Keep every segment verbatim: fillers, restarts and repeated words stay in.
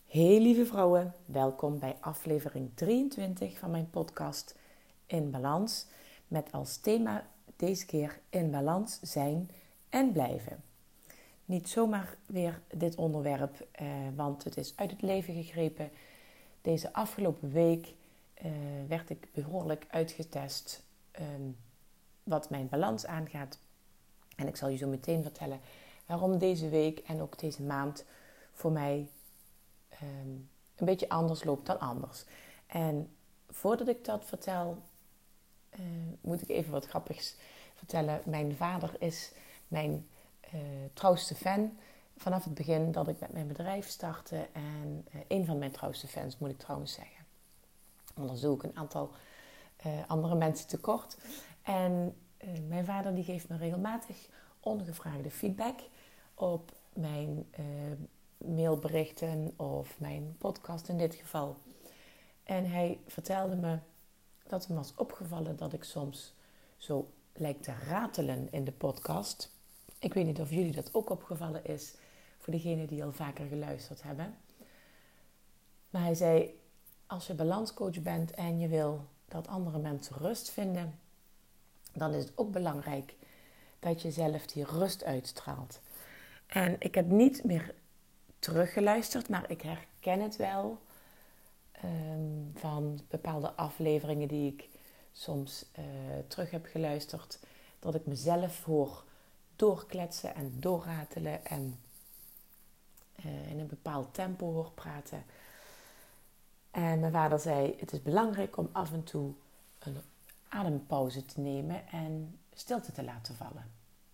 Hey lieve vrouwen, welkom bij aflevering drieëntwintig van mijn podcast In Balans. Met als thema deze keer in balans zijn en blijven. Niet zomaar weer dit onderwerp, eh, want het is uit het leven gegrepen. Deze afgelopen week eh, werd ik behoorlijk uitgetest eh, wat mijn balans aangaat. En ik zal je zo meteen vertellen waarom deze week en ook deze maand voor mij Um, een beetje anders loopt dan anders. En voordat ik dat vertel, uh, moet ik even wat grappigs vertellen. Mijn vader is mijn uh, trouwste fan vanaf het begin dat ik met mijn bedrijf startte. En uh, een van mijn trouwste fans, moet ik trouwens zeggen. Anders doe ik een aantal uh, andere mensen tekort. En uh, mijn vader die geeft me regelmatig ongevraagde feedback op mijn uh, mailberichten of mijn podcast in dit geval. En hij vertelde me dat hem was opgevallen dat ik soms zo lijkt te ratelen in de podcast. Ik weet niet of jullie dat ook opgevallen is, voor degenen die al vaker geluisterd hebben. Maar hij zei, als je balanscoach bent en je wil dat andere mensen rust vinden, dan is het ook belangrijk dat je zelf die rust uitstraalt. En ik heb niet meer teruggeluisterd, maar ik herken het wel um, van bepaalde afleveringen die ik soms uh, terug heb geluisterd, dat ik mezelf hoor doorkletsen en doorratelen en uh, in een bepaald tempo hoor praten. En mijn vader zei, het is belangrijk om af en toe een adempauze te nemen en stilte te laten vallen.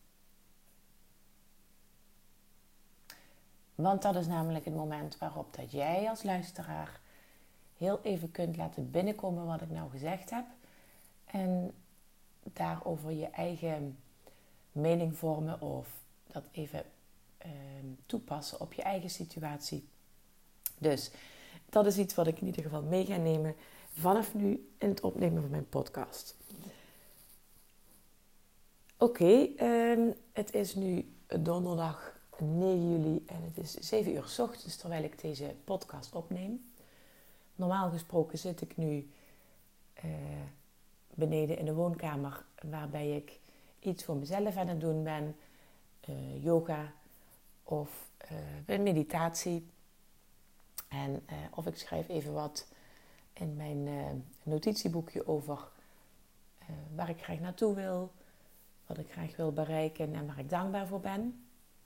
Want dat is namelijk het moment waarop dat jij als luisteraar heel even kunt laten binnenkomen wat ik nou gezegd heb. En daarover je eigen mening vormen of dat even uh, toepassen op je eigen situatie. Dus dat is iets wat ik in ieder geval mee ga nemen vanaf nu in het opnemen van mijn podcast. Oké, okay, uh, het is nu donderdag negen juli en het is zeven uur 's ochtends terwijl ik deze podcast opneem. Normaal gesproken zit ik nu uh, beneden in de woonkamer waarbij ik iets voor mezelf aan het doen ben. Uh, yoga of uh, meditatie. En uh, of ik schrijf even wat in mijn uh, notitieboekje over uh, waar ik graag naartoe wil. Wat ik graag wil bereiken en waar ik dankbaar voor ben.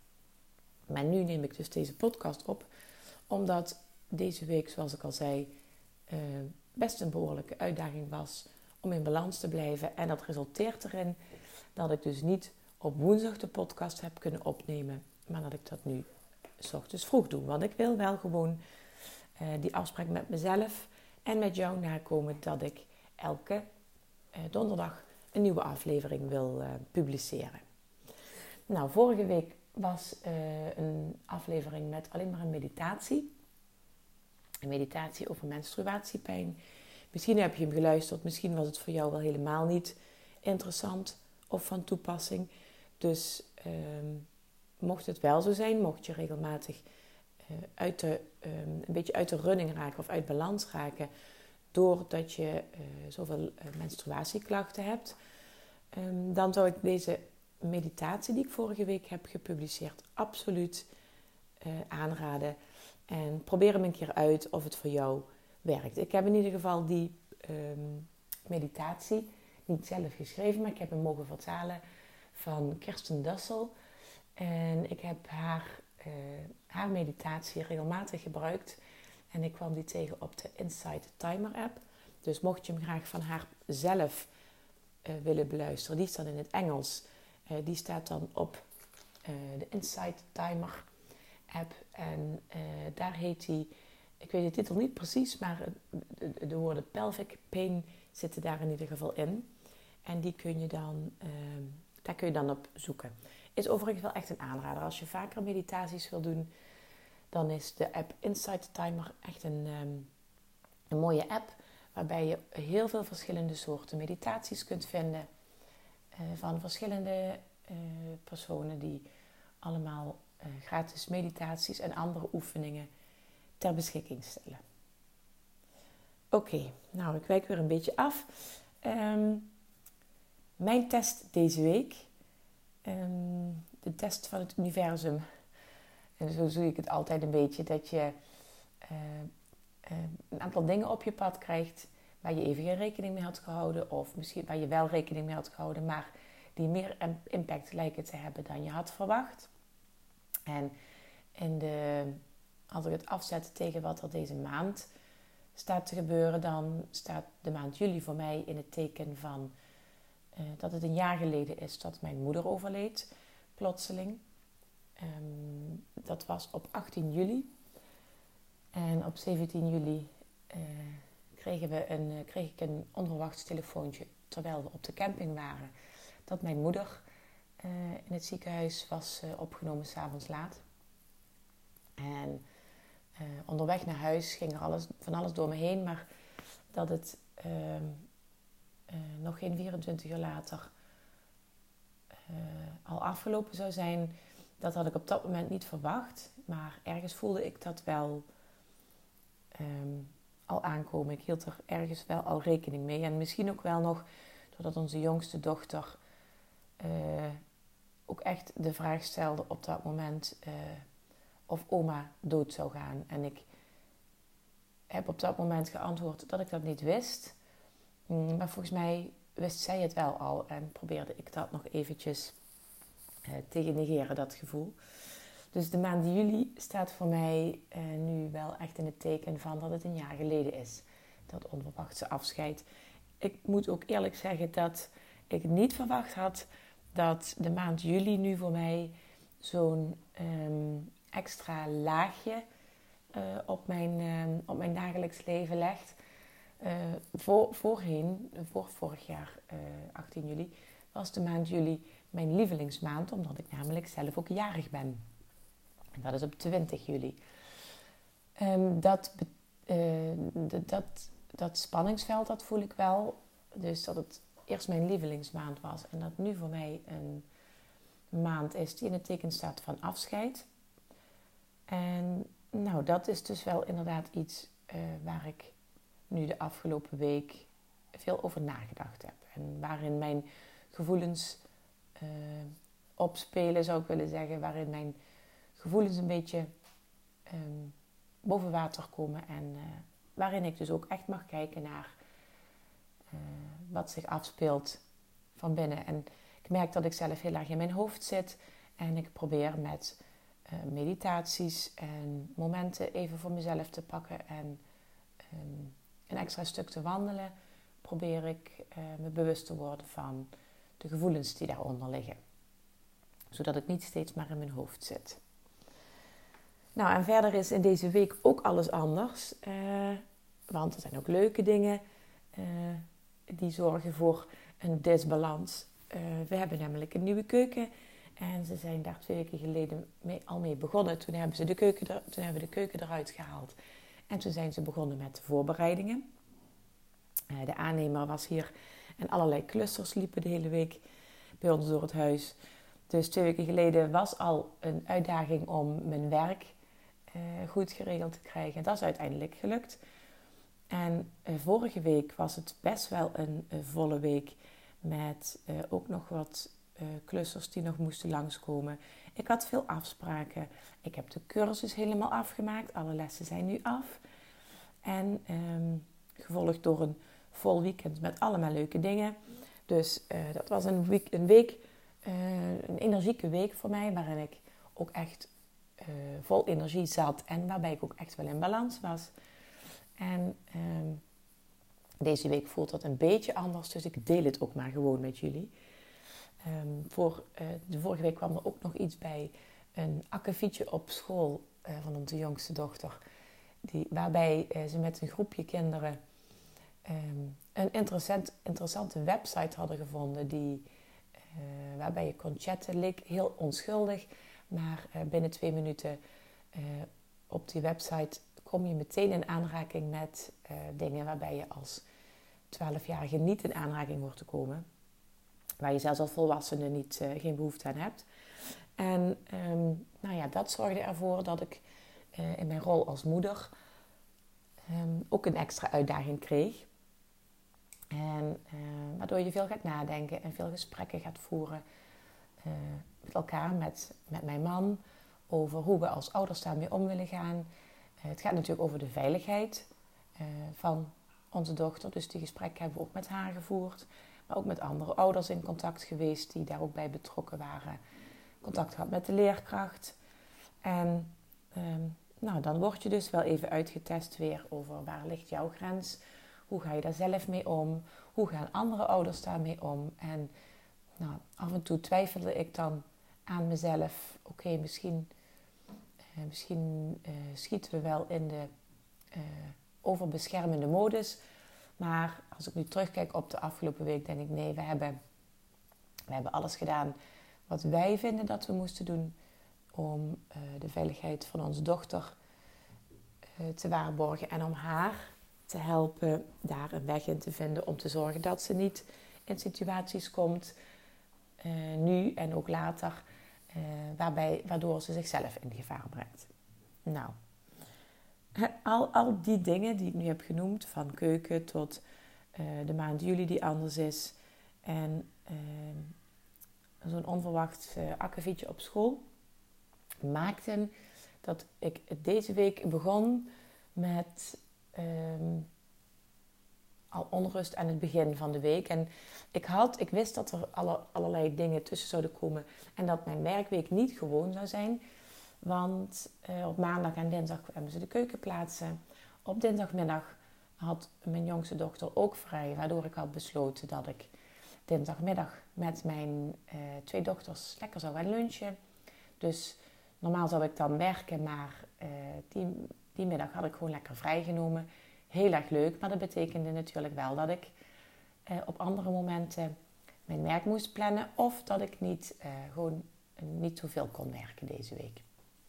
Maar nu neem ik dus deze podcast op, omdat deze week, zoals ik al zei, uh, best een behoorlijke uitdaging was om in balans te blijven. En dat resulteert erin dat ik dus niet op woensdag de podcast heb kunnen opnemen, maar dat ik dat nu 's ochtends vroeg doe. Want ik wil wel gewoon uh, die afspraak met mezelf en met jou nakomen dat ik elke uh, donderdag een nieuwe aflevering wil uh, publiceren. Nou, vorige week was uh, een aflevering met alleen maar een meditatie. Een meditatie over menstruatiepijn. Misschien heb je hem geluisterd, misschien was het voor jou wel helemaal niet interessant of van toepassing. Dus uh, mocht het wel zo zijn, mocht je regelmatig uh, uit de, uh, een beetje uit de running raken of uit balans raken, doordat je uh, zoveel uh, menstruatieklachten hebt, um, dan zou ik deze meditatie die ik vorige week heb gepubliceerd absoluut uh, aanraden. En probeer hem een keer uit of het voor jou werkt. Ik heb in ieder geval die um, meditatie niet zelf geschreven, maar ik heb hem mogen vertalen van Kirsten Dussel. En ik heb haar, uh, haar meditatie regelmatig gebruikt. En ik kwam die tegen op de Insight Timer app. Dus mocht je hem graag van haar zelf uh, willen beluisteren, die staat in het Engels. Uh, die staat dan op uh, de Insight Timer app. En uh, daar heet die, ik weet de titel niet precies, maar de, de, de woorden pelvic pain zitten daar in ieder geval in. En die kun je dan, uh, daar kun je dan op zoeken. Is overigens wel echt een aanrader. Als je vaker meditaties wil doen, dan is de app Insight Timer echt een, um, een mooie app. Waarbij je heel veel verschillende soorten meditaties kunt vinden. Uh, van verschillende uh, personen die allemaal uh, gratis meditaties en andere oefeningen ter beschikking stellen. Oké, okay, nou ik wijk weer een beetje af. Um, mijn test deze week, um, de test van het universum. En zo zie ik het altijd een beetje, dat je uh, uh, een aantal dingen op je pad krijgt waar je even geen rekening mee had gehouden, of misschien waar je wel rekening mee had gehouden, maar die meer impact lijken te hebben dan je had verwacht. En in de, als ik het afzet tegen wat er deze maand staat te gebeuren, dan staat de maand juli voor mij in het teken van uh, dat het een jaar geleden is dat mijn moeder overleed, plotseling. Um, dat was op achttien juli. En op zeventien juli uh, kregen we een, uh, kreeg ik een onverwachts telefoontje terwijl we op de camping waren, dat mijn moeder uh, in het ziekenhuis was uh, opgenomen 's avonds laat. En uh, onderweg naar huis ging er alles, van alles door me heen, maar dat het uh, uh, nog geen vierentwintig uur later uh, al afgelopen zou zijn, dat had ik op dat moment niet verwacht. Maar ergens voelde ik dat wel um, al aankomen. Ik hield er ergens wel al rekening mee. En misschien ook wel nog doordat onze jongste dochter uh, ook echt de vraag stelde op dat moment uh, of oma dood zou gaan. En ik heb op dat moment geantwoord dat ik dat niet wist. Mm, maar volgens mij wist zij het wel al en probeerde ik dat nog eventjes uh, te negeren, dat gevoel. Dus de maand juli staat voor mij uh, nu wel echt in het teken van dat het een jaar geleden is. Dat onverwachte afscheid. Ik moet ook eerlijk zeggen dat ik niet verwacht had dat de maand juli nu voor mij zo'n um, extra laagje uh, op, mijn, um, op mijn dagelijks leven legt. Uh, voor, voorheen, voor vorig jaar, uh, achttien juli, was de maand juli mijn lievelingsmaand, omdat ik namelijk zelf ook jarig ben. En dat is op twintig juli. Um, dat, uh, dat, dat spanningsveld, dat voel ik wel. Dus dat het eerst mijn lievelingsmaand was en dat nu voor mij een maand is die in het teken staat van afscheid. En nou, dat is dus wel inderdaad iets uh, waar ik nu de afgelopen week veel over nagedacht heb. En waarin mijn gevoelens uh, opspelen, zou ik willen zeggen. Waarin mijn gevoelens een beetje um, boven water komen. En uh, waarin ik dus ook echt mag kijken naar uh, wat zich afspeelt van binnen. En ik merk dat ik zelf heel erg in mijn hoofd zit. En ik probeer met uh, meditaties en momenten even voor mezelf te pakken. En um, een extra stuk te wandelen. Probeer ik uh, me bewust te worden van de gevoelens die daaronder liggen. Zodat ik niet steeds maar in mijn hoofd zit. Nou, en verder is in deze week ook alles anders. Uh, want er zijn ook leuke dingen uh, die zorgen voor een disbalans. Uh, we hebben namelijk een nieuwe keuken. En ze zijn daar twee weken geleden mee, al mee begonnen. Toen hebben, ze de keuken er, toen hebben we de keuken eruit gehaald. En toen zijn ze begonnen met de voorbereidingen. Uh, de aannemer was hier en allerlei clusters liepen de hele week bij ons door het huis. Dus twee weken geleden was al een uitdaging om mijn werk uh, goed geregeld te krijgen. Dat is uiteindelijk gelukt. En uh, vorige week was het best wel een uh, volle week met uh, ook nog wat uh, clusters die nog moesten langskomen. Ik had veel afspraken. Ik heb de cursus helemaal afgemaakt. Alle lessen zijn nu af. En um, gevolgd door een vol weekend met allemaal leuke dingen. Dus uh, dat was een week, een, week uh, een energieke week voor mij, waarin ik ook echt uh, vol energie zat en waarbij ik ook echt wel in balans was. En um, deze week voelt dat een beetje anders, dus ik deel het ook maar gewoon met jullie. Um, voor, uh, de vorige week kwam er ook nog iets bij, een akkefietje op school uh, van onze jongste dochter. Die, waarbij uh, ze met een groepje kinderen um, een interessant, interessante website hadden gevonden. Die, uh, waarbij je kon chatten. Leek heel onschuldig. Maar uh, binnen twee minuten uh, op die website kom je meteen in aanraking met uh, dingen waarbij je als twaalfjarige niet in aanraking wordt te komen. Waar je zelfs als volwassene niet, uh, geen behoefte aan hebt. En um, nou ja, dat zorgde ervoor dat ik uh, in mijn rol als moeder um, ook een extra uitdaging kreeg. En uh, waardoor je veel gaat nadenken en veel gesprekken gaat voeren uh, met elkaar, met, met mijn man, over hoe we als ouders daarmee om willen gaan. Uh, het gaat natuurlijk over de veiligheid uh, van onze dochter. Dus die gesprekken hebben we ook met haar gevoerd. Maar ook met andere ouders in contact geweest die daar ook bij betrokken waren. Contact gehad met de leerkracht. En um, nou, dan word je dus wel even uitgetest weer over waar ligt jouw grens. Hoe ga je daar zelf mee om? Hoe gaan andere ouders daarmee om? En nou, af en toe twijfelde ik dan aan mezelf. Oké, okay, misschien, uh, misschien uh, schieten we wel in de uh, overbeschermende modus. Maar als ik nu terugkijk op de afgelopen week, denk ik nee, we hebben, we hebben alles gedaan wat wij vinden dat we moesten doen om uh, de veiligheid van onze dochter uh, te waarborgen en om haar te helpen daar een weg in te vinden om te zorgen dat ze niet in situaties komt, uh, nu en ook later, uh, waarbij, waardoor ze zichzelf in gevaar brengt. Nou, al, al die dingen die ik nu heb genoemd, van keuken tot uh, de maand juli die anders is en uh, zo'n onverwacht uh, akkefietje op school, maakten dat ik deze week begon met um, al onrust aan het begin van de week. En ik, had, ik wist dat er alle, allerlei dingen tussen zouden komen en dat mijn werkweek niet gewoon zou zijn. Want uh, op maandag en dinsdag hebben ze de keuken plaatsen. Op dinsdagmiddag had mijn jongste dochter ook vrij, waardoor ik had besloten dat ik dinsdagmiddag met mijn uh, twee dochters lekker zou gaan lunchen. Dus normaal zou ik dan werken, maar uh, die, die middag had ik gewoon lekker vrijgenomen. Heel erg leuk, maar dat betekende natuurlijk wel dat ik uh, op andere momenten mijn werk moest plannen. Of dat ik niet, uh, gewoon uh, niet zoveel kon werken deze week.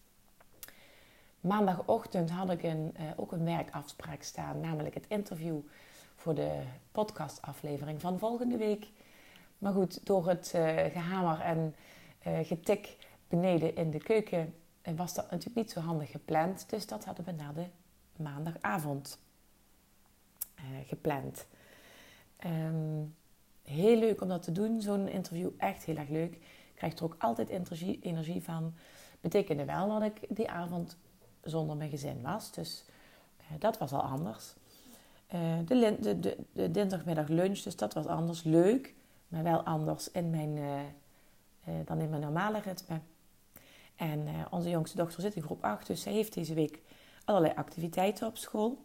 Maandagochtend had ik een, uh, ook een werkafspraak staan, namelijk het interview voor de podcastaflevering van volgende week. Maar goed, door het uh, gehamer en uh, getik beneden in de keuken uh, was dat natuurlijk niet zo handig gepland. Dus dat hadden we naar de maandagavond uh, gepland. Um, heel leuk om dat te doen, zo'n interview. Echt heel erg leuk. Ik krijg er ook altijd energie, energie van. Betekende wel dat ik die avond zonder mijn gezin was. Dus uh, dat was al anders. Uh, de, de, de, de dinsdagmiddag lunch, dus dat was anders. Leuk, maar wel anders in mijn, uh, uh, dan in mijn normale ritme. En uh, onze jongste dochter zit in groep acht, dus zij heeft deze week allerlei activiteiten op school.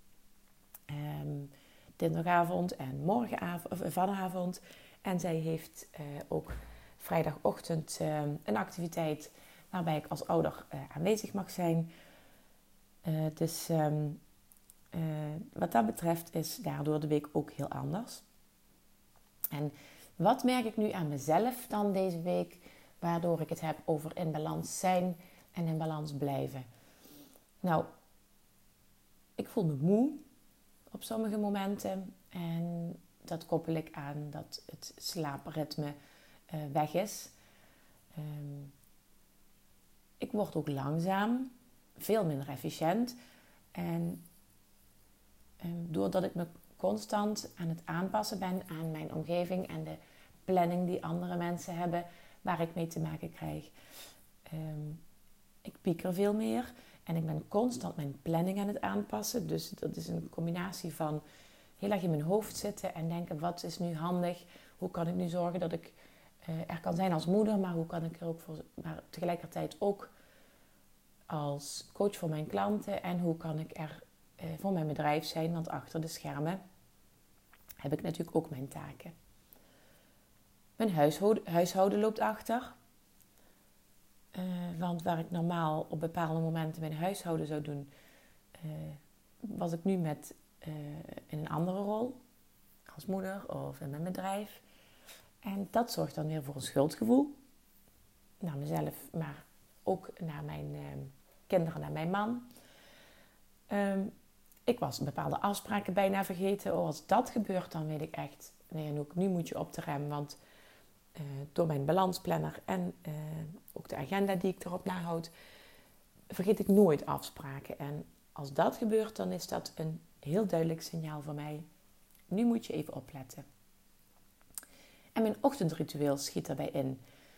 Um, dinsdagavond en morgenavond, of vanavond. En zij heeft uh, ook vrijdagochtend uh, een activiteit waarbij ik als ouder uh, aanwezig mag zijn. Uh, dus um, uh, wat dat betreft is daardoor de week ook heel anders. En wat merk ik nu aan mezelf dan deze week, waardoor ik het heb over in balans zijn en in balans blijven? Nou, ik voel me moe op sommige momenten en dat koppel ik aan dat het slaapritme uh, weg is. Um, ik word ook langzaam, veel minder efficiënt en um, doordat ik me constant aan het aanpassen ben aan mijn omgeving en de planning die andere mensen hebben waar ik mee te maken krijg. Um, ik pieker veel meer en ik ben constant mijn planning aan het aanpassen. Dus dat is een combinatie van heel erg in mijn hoofd zitten en denken wat is nu handig? Hoe kan ik nu zorgen dat ik uh, er kan zijn als moeder, maar hoe kan ik er ook voor, maar tegelijkertijd ook als coach voor mijn klanten en hoe kan ik er uh, voor mijn bedrijf zijn? Want achter de schermen heb ik natuurlijk ook mijn taken. Mijn huishouden, huishouden loopt achter. Uh, want waar ik normaal op bepaalde momenten mijn huishouden zou doen, uh, was ik nu met, uh, in een andere rol. Als moeder of in mijn bedrijf. En dat zorgt dan weer voor een schuldgevoel. Naar mezelf, maar ook naar mijn uh, kinderen, naar mijn man. Um, ik was bepaalde afspraken bijna vergeten. Oh, als dat gebeurt, dan weet ik echt, nee Anouk, nu moet je op de rem. Want uh, door mijn balansplanner en uh, ook de agenda die ik erop nahoud, vergeet ik nooit afspraken. En als dat gebeurt, dan is dat een heel duidelijk signaal voor mij. Nu moet je even opletten. En mijn ochtendritueel schiet daarbij in.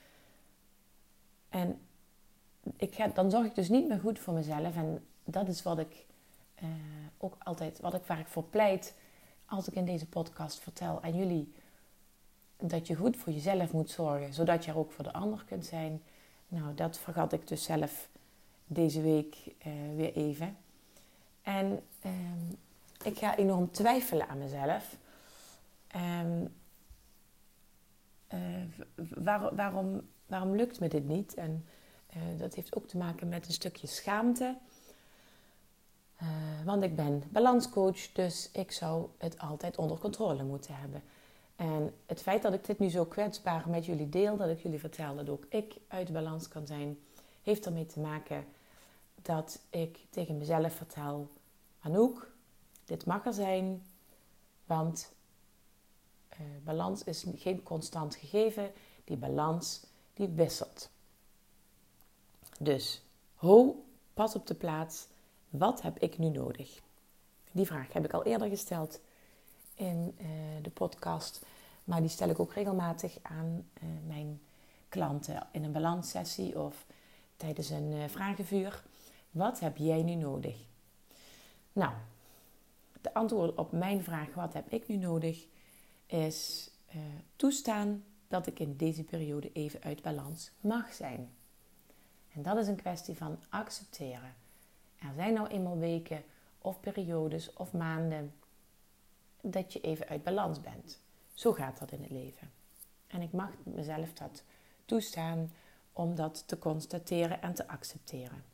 En ik ga, dan zorg ik dus niet meer goed voor mezelf. En dat is wat ik uh, ook altijd, wat ik, waar ik voor pleit als ik in deze podcast vertel aan jullie dat je goed voor jezelf moet zorgen, zodat je er ook voor de ander kunt zijn. Nou, dat vergat ik dus zelf deze week uh, weer even. En um, ik ga enorm twijfelen aan mezelf. Um, uh, waar, waarom, waarom lukt me dit niet? En uh, dat heeft ook te maken met een stukje schaamte. Uh, want ik ben balanscoach, dus ik zou het altijd onder controle moeten hebben. En het feit dat ik dit nu zo kwetsbaar met jullie deel, dat ik jullie vertel dat ook ik uit de balans kan zijn, heeft ermee te maken dat ik tegen mezelf vertel: Anouk, dit mag er zijn, want uh, balans is geen constant gegeven. Die balans, die wisselt. Dus, ho, pas op de plaats. Wat heb ik nu nodig? Die vraag heb ik al eerder gesteld in uh, de podcast. Maar die stel ik ook regelmatig aan uh, mijn klanten in een balanssessie of tijdens een uh, vragenvuur. Wat heb jij nu nodig? Nou, de antwoord op mijn vraag, wat heb ik nu nodig, is uh, toestaan dat ik in deze periode even uit balans mag zijn. En dat is een kwestie van accepteren. Er zijn nou eenmaal weken of periodes of maanden dat je even uit balans bent. Zo gaat dat in het leven. En ik mag mezelf dat toestaan om dat te constateren en te accepteren.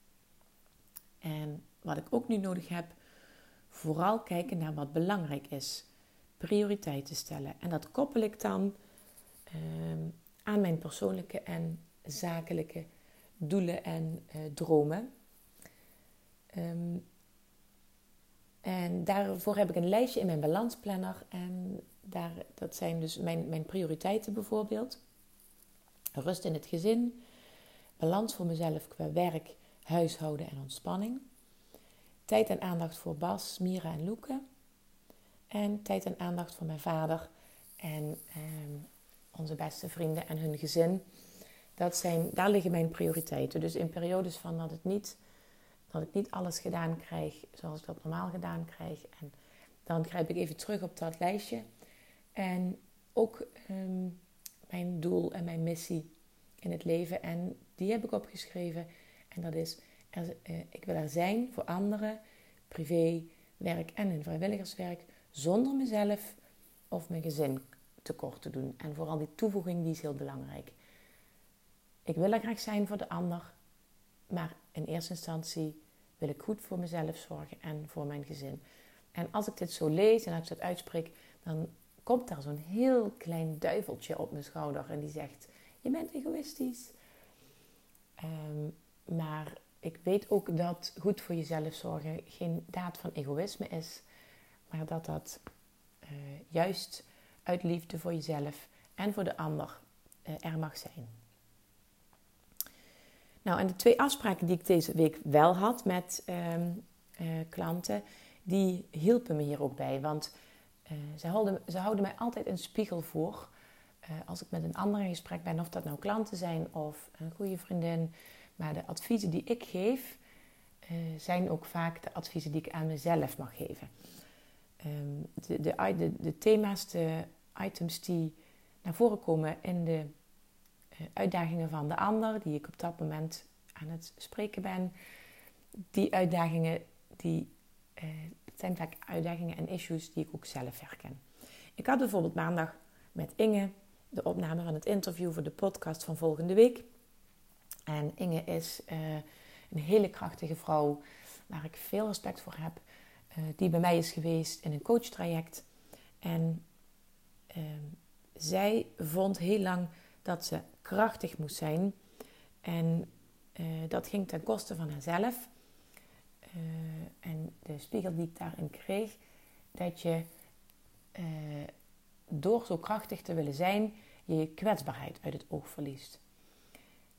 En wat ik ook nu nodig heb, vooral kijken naar wat belangrijk is. Prioriteiten stellen. En dat koppel ik dan uh, aan mijn persoonlijke en zakelijke doelen en uh, dromen. Um, en daarvoor heb ik een lijstje in mijn balansplanner. En daar, dat zijn dus mijn, mijn prioriteiten bijvoorbeeld. Rust in het gezin. Balans voor mezelf qua werk, huishouden en ontspanning. Tijd en aandacht voor Bas, Mira en Loeke. En tijd en aandacht voor mijn vader en eh, onze beste vrienden en hun gezin. Dat zijn, daar liggen mijn prioriteiten. Dus in periodes van dat, het niet, dat ik niet alles gedaan krijg zoals ik dat normaal gedaan krijg. En dan grijp ik even terug op dat lijstje. En ook um, mijn doel en mijn missie in het leven. En die heb ik opgeschreven. En dat is, er, uh, ik wil er zijn voor anderen, privé, werk en in vrijwilligerswerk, zonder mezelf of mijn gezin tekort te doen. En vooral die toevoeging, die is heel belangrijk. Ik wil er graag zijn voor de ander, maar in eerste instantie wil ik goed voor mezelf zorgen en voor mijn gezin. En als ik dit zo lees en als ik dat uitspreek, dan komt daar zo'n heel klein duiveltje op mijn schouder en die zegt: je bent egoïstisch. Um, maar ik weet ook dat goed voor jezelf zorgen geen daad van egoïsme is, maar dat dat uh, juist uit liefde voor jezelf en voor de ander uh, er mag zijn. Nou, en de twee afspraken die ik deze week wel had met um, uh, klanten, die hielpen me hier ook bij. Want uh, ze, houden, ze houden mij altijd een spiegel voor. Uh, als ik met een ander in gesprek ben, of dat nou klanten zijn of een goede vriendin. Maar de adviezen die ik geef, uh, zijn ook vaak de adviezen die ik aan mezelf mag geven. Um, de, de, de, de thema's, de items die naar voren komen in de uh, uitdagingen van de ander, die ik op dat moment aan het spreken ben. Die uitdagingen, die uh, zijn vaak uitdagingen en issues die ik ook zelf herken. Ik had bijvoorbeeld maandag met Inge de opname van het interview voor de podcast van volgende week. En Inge is uh, een hele krachtige vrouw waar ik veel respect voor heb. Uh, die bij mij is geweest in een coachtraject. En uh, zij vond heel lang dat ze krachtig moest zijn. En uh, dat ging ten koste van haarzelf. Uh, en de spiegel die ik daarin kreeg, dat je uh, door zo krachtig te willen zijn, je je kwetsbaarheid uit het oog verliest.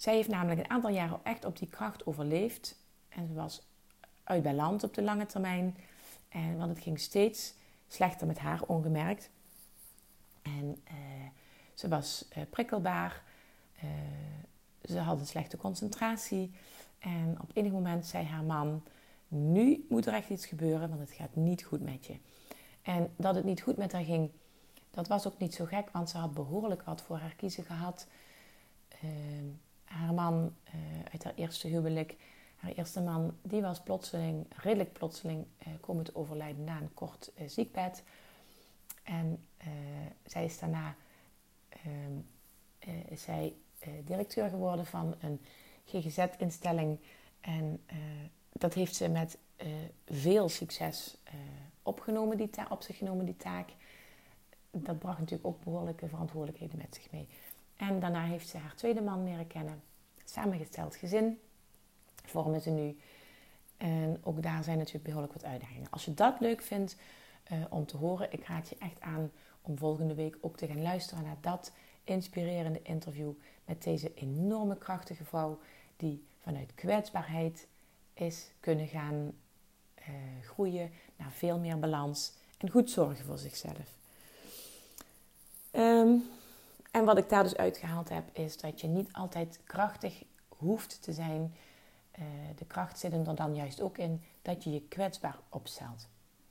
Zij heeft namelijk een aantal jaren echt op die kracht overleefd. En ze was uit balans op de lange termijn. En, want het ging steeds slechter met haar, ongemerkt. En uh, ze was uh, prikkelbaar. Uh, ze had een slechte concentratie. En op enig moment zei haar man: nu moet er echt iets gebeuren, want het gaat niet goed met je. En dat het niet goed met haar ging, dat was ook niet zo gek, want ze had behoorlijk wat voor haar kiezen gehad. Uh, haar man uh, uit haar eerste huwelijk, haar eerste man, die was plotseling, redelijk plotseling, uh, komen te overlijden na een kort uh, ziekbed. En uh, zij is daarna uh, uh, is zij, uh, directeur geworden van een G G Z-instelling. En uh, dat heeft ze met uh, veel succes uh, opgenomen, die ta- op zich genomen, die taak. Dat bracht natuurlijk ook behoorlijke verantwoordelijkheden met zich mee. En daarna heeft ze haar tweede man leren kennen. Samengesteld gezin vormen ze nu. En ook daar zijn natuurlijk behoorlijk wat uitdagingen. Als je dat leuk vindt uh, om te horen, ik raad je echt aan om volgende week ook te gaan luisteren naar dat inspirerende interview met deze enorme krachtige vrouw die vanuit kwetsbaarheid is kunnen gaan uh, groeien naar veel meer balans en goed zorgen voor zichzelf. Um, en wat ik daar dus uitgehaald heb, is dat je niet altijd krachtig hoeft te zijn. Uh, de kracht zit hem er dan juist ook in dat je je kwetsbaar opstelt.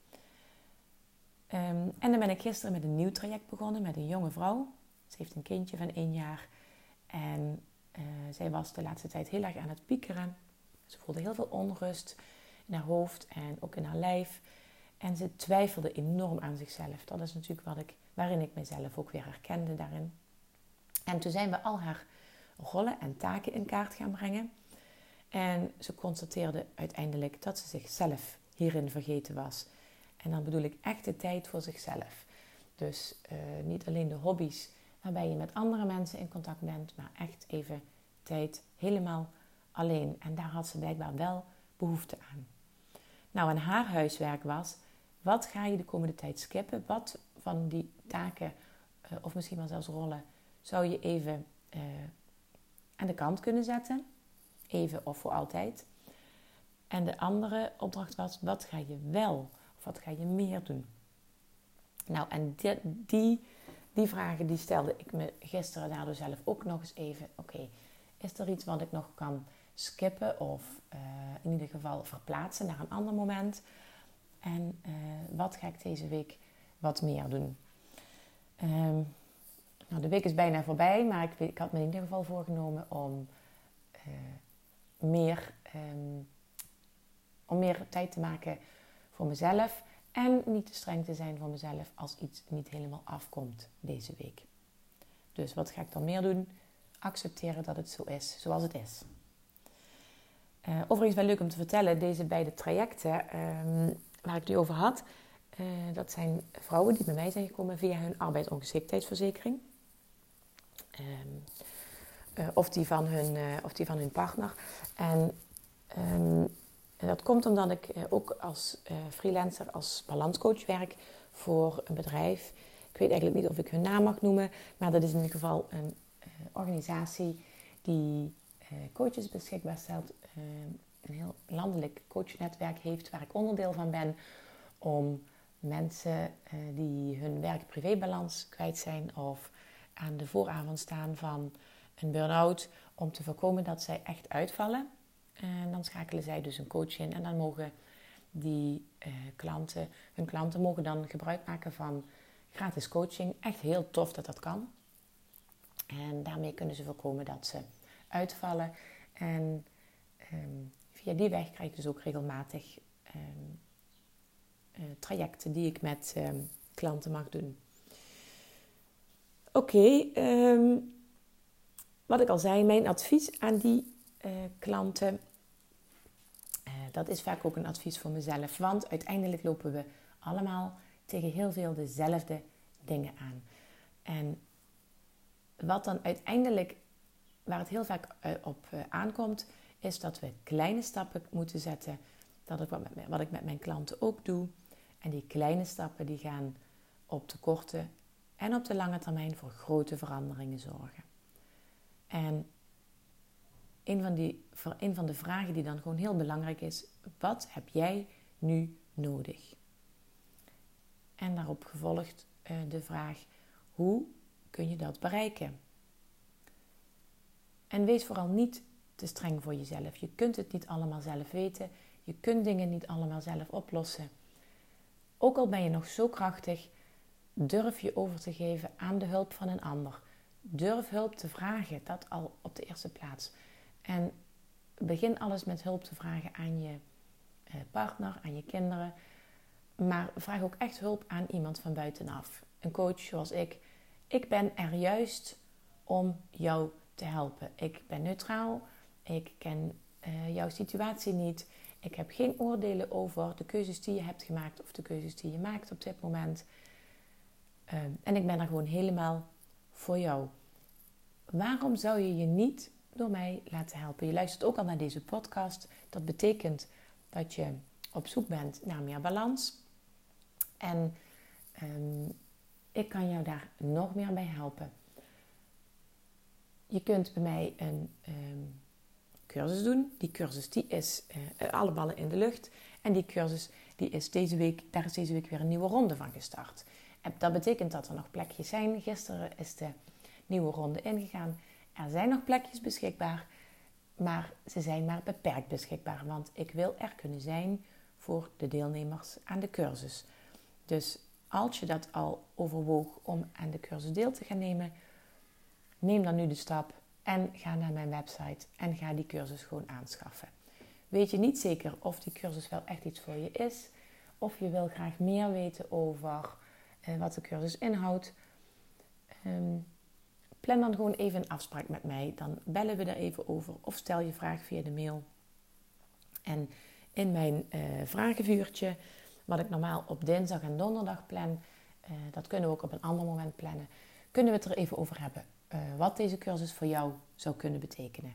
Um, en dan ben ik gisteren met een nieuw traject begonnen met een jonge vrouw. Ze heeft een kindje van één jaar. En uh, zij was de laatste tijd heel erg aan het piekeren. Ze voelde heel veel onrust in haar hoofd en ook in haar lijf. En ze twijfelde enorm aan zichzelf. Dat is natuurlijk wat ik, waarin ik mezelf ook weer herkende daarin. En toen zijn we al haar rollen en taken in kaart gaan brengen. En ze constateerde uiteindelijk dat ze zichzelf hierin vergeten was. En dan bedoel ik echt de tijd voor zichzelf. Dus uh, niet alleen de hobby's waarbij je met andere mensen in contact bent, maar echt even tijd helemaal alleen. En daar had ze blijkbaar wel behoefte aan. Nou, en haar huiswerk was: wat ga je de komende tijd skippen? Wat van die taken, uh, of misschien wel zelfs rollen, zou je even uh, aan de kant kunnen zetten? Even of voor altijd. En de andere opdracht was: wat ga je wel, of wat ga je meer doen? Nou, en die, die, die vragen die stelde ik me gisteren daardoor zelf ook nog eens even. Oké, okay, is er iets wat ik nog kan skippen of uh, in ieder geval verplaatsen naar een ander moment? En uh, wat ga ik deze week wat meer doen? Um, nou, de week is bijna voorbij, maar ik, ik had me in ieder geval voorgenomen om uh, meer, um, om meer tijd te maken voor mezelf. En niet te streng te zijn voor mezelf als iets niet helemaal afkomt deze week. Dus wat ga ik dan meer doen? Accepteren dat het zo is, zoals het is. Uh, overigens wel leuk om te vertellen, deze beide trajecten um, waar ik het nu over had, uh, dat zijn vrouwen die bij mij zijn gekomen via hun arbeidsongeschiktheidsverzekering. Um, uh, of, die van hun, uh, of die van hun partner. En um, dat komt omdat ik uh, ook als uh, freelancer, als balanscoach werk voor een bedrijf. Ik weet eigenlijk niet of ik hun naam mag noemen, maar dat is in ieder geval een uh, organisatie die uh, coaches beschikbaar stelt. Uh, een heel landelijk coachnetwerk heeft waar ik onderdeel van ben, om mensen uh, die hun werk-privébalans kwijt zijn of aan de vooravond staan van een burn-out, om te voorkomen dat zij echt uitvallen. En dan schakelen zij dus een coach in en dan mogen die uh, klanten, hun klanten mogen dan gebruik maken van gratis coaching. Echt heel tof dat dat kan. En daarmee kunnen ze voorkomen dat ze uitvallen. En um, via die weg krijg ik dus ook regelmatig um, uh, trajecten die ik met um, klanten mag doen. Oké, okay, um, wat ik al zei, mijn advies aan die uh, klanten, uh, dat is vaak ook een advies voor mezelf. Want uiteindelijk lopen we allemaal tegen heel veel dezelfde dingen aan. En wat dan uiteindelijk, waar het heel vaak uh, op uh, aankomt, is dat we kleine stappen moeten zetten. Dat ik wat, met, wat ik met mijn klanten ook doe. En die kleine stappen die gaan op de korte en op de lange termijn voor grote veranderingen zorgen. En een van, die, een van de vragen die dan gewoon heel belangrijk is. Wat heb jij nu nodig? En daarop gevolgd uh, de vraag, hoe kun je dat bereiken? En wees vooral niet te streng voor jezelf. Je kunt het niet allemaal zelf weten. Je kunt dingen niet allemaal zelf oplossen. Ook al ben je nog zo krachtig, durf je over te geven aan de hulp van een ander. Durf hulp te vragen, dat al op de eerste plaats. En begin alles met hulp te vragen aan je partner, aan je kinderen. Maar vraag ook echt hulp aan iemand van buitenaf. Een coach zoals ik. Ik ben er juist om jou te helpen. Ik ben neutraal. Ik ken uh, jouw situatie niet. Ik heb geen oordelen over de keuzes die je hebt gemaakt of de keuzes die je maakt op dit moment. Uh, en ik ben er gewoon helemaal voor jou. Waarom zou je je niet door mij laten helpen? Je luistert ook al naar deze podcast. Dat betekent dat je op zoek bent naar meer balans. En um, ik kan jou daar nog meer bij helpen. Je kunt bij mij een um, cursus doen. Die cursus die is uh, alle ballen in de lucht. En die cursus die is deze week, daar is deze week weer een nieuwe ronde van gestart. En dat betekent dat er nog plekjes zijn. Gisteren is de nieuwe ronde ingegaan. Er zijn nog plekjes beschikbaar. Maar ze zijn maar beperkt beschikbaar. Want ik wil er kunnen zijn voor de deelnemers aan de cursus. Dus als je dat al overwoog om aan de cursus deel te gaan nemen, neem dan nu de stap en ga naar mijn website en ga die cursus gewoon aanschaffen. Weet je niet zeker of die cursus wel echt iets voor je is, of je wil graag meer weten over uh, wat de cursus inhoudt, um, plan dan gewoon even een afspraak met mij. Dan bellen we er even over of stel je vraag via de mail. En in mijn uh, vragenvuurtje, wat ik normaal op dinsdag en donderdag plan, uh, dat kunnen we ook op een ander moment plannen, kunnen we het er even over hebben. Uh, wat deze cursus voor jou zou kunnen betekenen.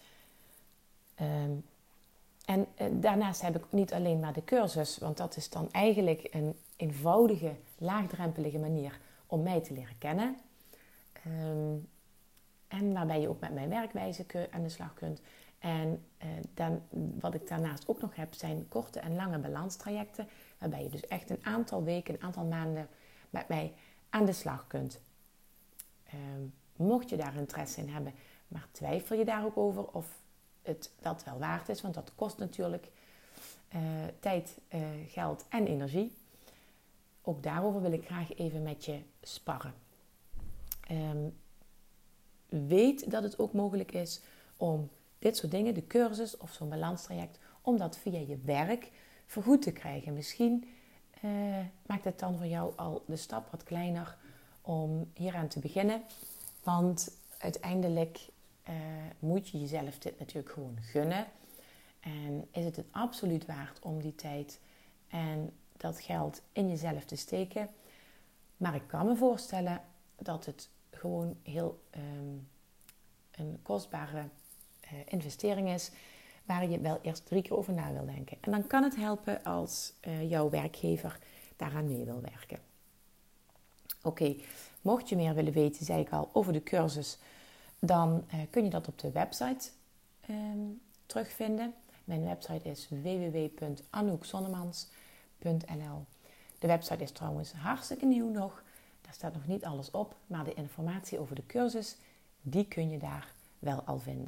Um, en uh, daarnaast heb ik niet alleen maar de cursus, want dat is dan eigenlijk een eenvoudige, laagdrempelige manier om mij te leren kennen. Um, en waarbij je ook met mijn werkwijze aan de slag kunt. En uh, dan, wat ik daarnaast ook nog heb, zijn korte en lange balanstrajecten. Waarbij je dus echt een aantal weken, een aantal maanden met mij aan de slag kunt. Um, mocht je daar interesse in hebben, maar twijfel je daar ook over of het dat wel waard is. Want dat kost natuurlijk uh, tijd, uh, geld en energie. Ook daarover wil ik graag even met je sparren. Um, weet dat het ook mogelijk is om dit soort dingen, de cursus of zo'n balanstraject, om dat via je werk vergoed te krijgen. Misschien uh, maakt het dan voor jou al de stap wat kleiner om hieraan te beginnen. Want uiteindelijk uh, moet je jezelf dit natuurlijk gewoon gunnen. En is het het absoluut waard om die tijd en dat geld in jezelf te steken. Maar ik kan me voorstellen dat het gewoon heel um, een kostbare uh, investering is, waar je wel eerst drie keer over na wil denken. En dan kan het helpen als uh, jouw werkgever daaraan mee wil werken. Oké, okay. Mocht je meer willen weten, zei ik al, over de cursus, dan uh, kun je dat op de website um, terugvinden. Mijn website is w w w punt anouk zonnemans punt n l. De website is trouwens hartstikke nieuw nog. Daar staat nog niet alles op, maar de informatie over de cursus, die kun je daar wel al vinden.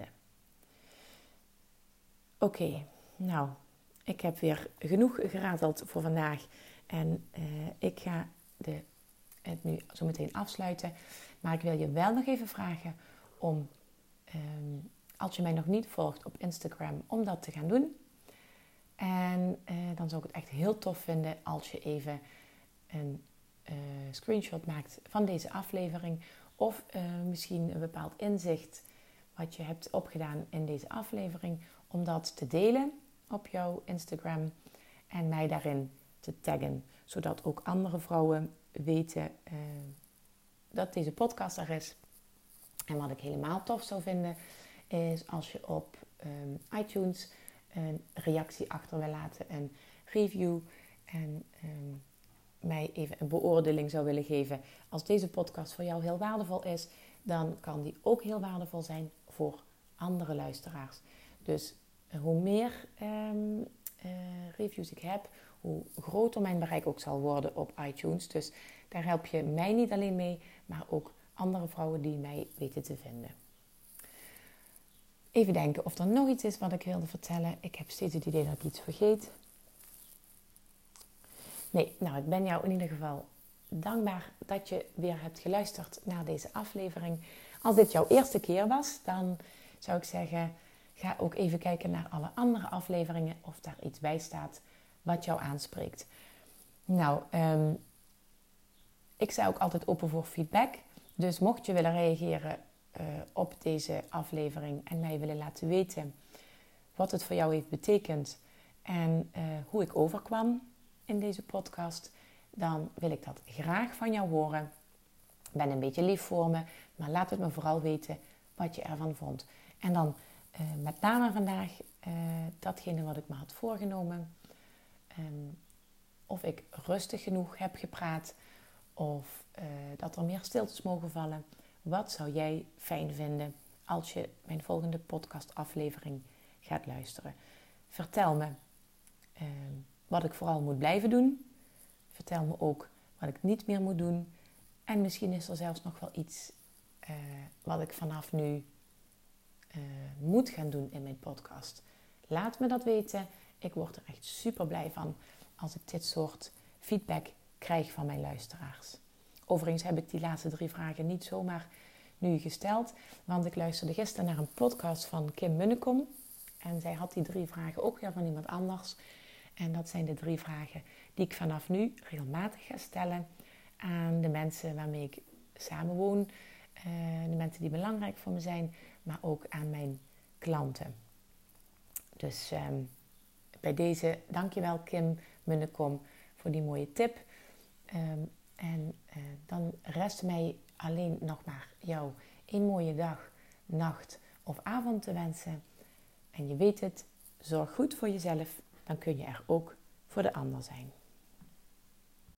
Oké, okay, nou, ik heb weer genoeg gerateld voor vandaag. En uh, ik ga de, het nu zo meteen afsluiten. Maar ik wil je wel nog even vragen om, um, als je mij nog niet volgt op Instagram, om dat te gaan doen. En uh, dan zou ik het echt heel tof vinden als je even een uh, screenshot maakt van deze aflevering. Of uh, misschien een bepaald inzicht wat je hebt opgedaan in deze aflevering. Om dat te delen op jouw Instagram en mij daarin te taggen. Zodat ook andere vrouwen weten uh, dat deze podcast er is. En wat ik helemaal tof zou vinden is als je op um, iTunes een reactie achter wil laten, een review en um, mij even een beoordeling zou willen geven. Als deze podcast voor jou heel waardevol is, dan kan die ook heel waardevol zijn voor andere luisteraars. Dus hoe meer um, uh, reviews ik heb, hoe groter mijn bereik ook zal worden op iTunes. Dus daar help je mij niet alleen mee, maar ook andere vrouwen die mij weten te vinden. Even denken of er nog iets is wat ik wilde vertellen. Ik heb steeds het idee dat ik iets vergeet. Nee, nou, ik ben jou in ieder geval dankbaar dat je weer hebt geluisterd naar deze aflevering. Als dit jouw eerste keer was, dan zou ik zeggen, ga ook even kijken naar alle andere afleveringen of daar iets bij staat wat jou aanspreekt. Nou, um, ik sta ook altijd open voor feedback. Dus mocht je willen reageren uh, op deze aflevering en mij willen laten weten wat het voor jou heeft betekend en uh, hoe ik overkwam in deze podcast, dan wil ik dat graag van jou horen. Ik ben een beetje lief voor me, maar laat het me vooral weten wat je ervan vond. En dan uh, met name vandaag uh, datgene wat ik me had voorgenomen. Um, of ik rustig genoeg heb gepraat of uh, dat er meer stiltes mogen vallen. Wat zou jij fijn vinden als je mijn volgende podcastaflevering gaat luisteren? Vertel me uh, wat ik vooral moet blijven doen. Vertel me ook wat ik niet meer moet doen. En misschien is er zelfs nog wel iets uh, wat ik vanaf nu uh, moet gaan doen in mijn podcast. Laat me dat weten. Ik word er echt super blij van als ik dit soort feedback krijg van mijn luisteraars. Overigens heb ik die laatste drie vragen niet zomaar nu gesteld. Want ik luisterde gisteren naar een podcast van Kim Munnekom. En zij had die drie vragen ook weer van iemand anders. En dat zijn de drie vragen die ik vanaf nu regelmatig ga stellen aan de mensen waarmee ik samenwoon. Uh, de mensen die belangrijk voor me zijn, maar ook aan mijn klanten. Dus um, bij deze, dankjewel Kim Munnekom voor die mooie tip. Um, en uh, dan rest mij alleen nog maar jou een mooie dag, nacht of avond te wensen. En je weet het, zorg goed voor jezelf, dan kun je er ook voor de ander zijn.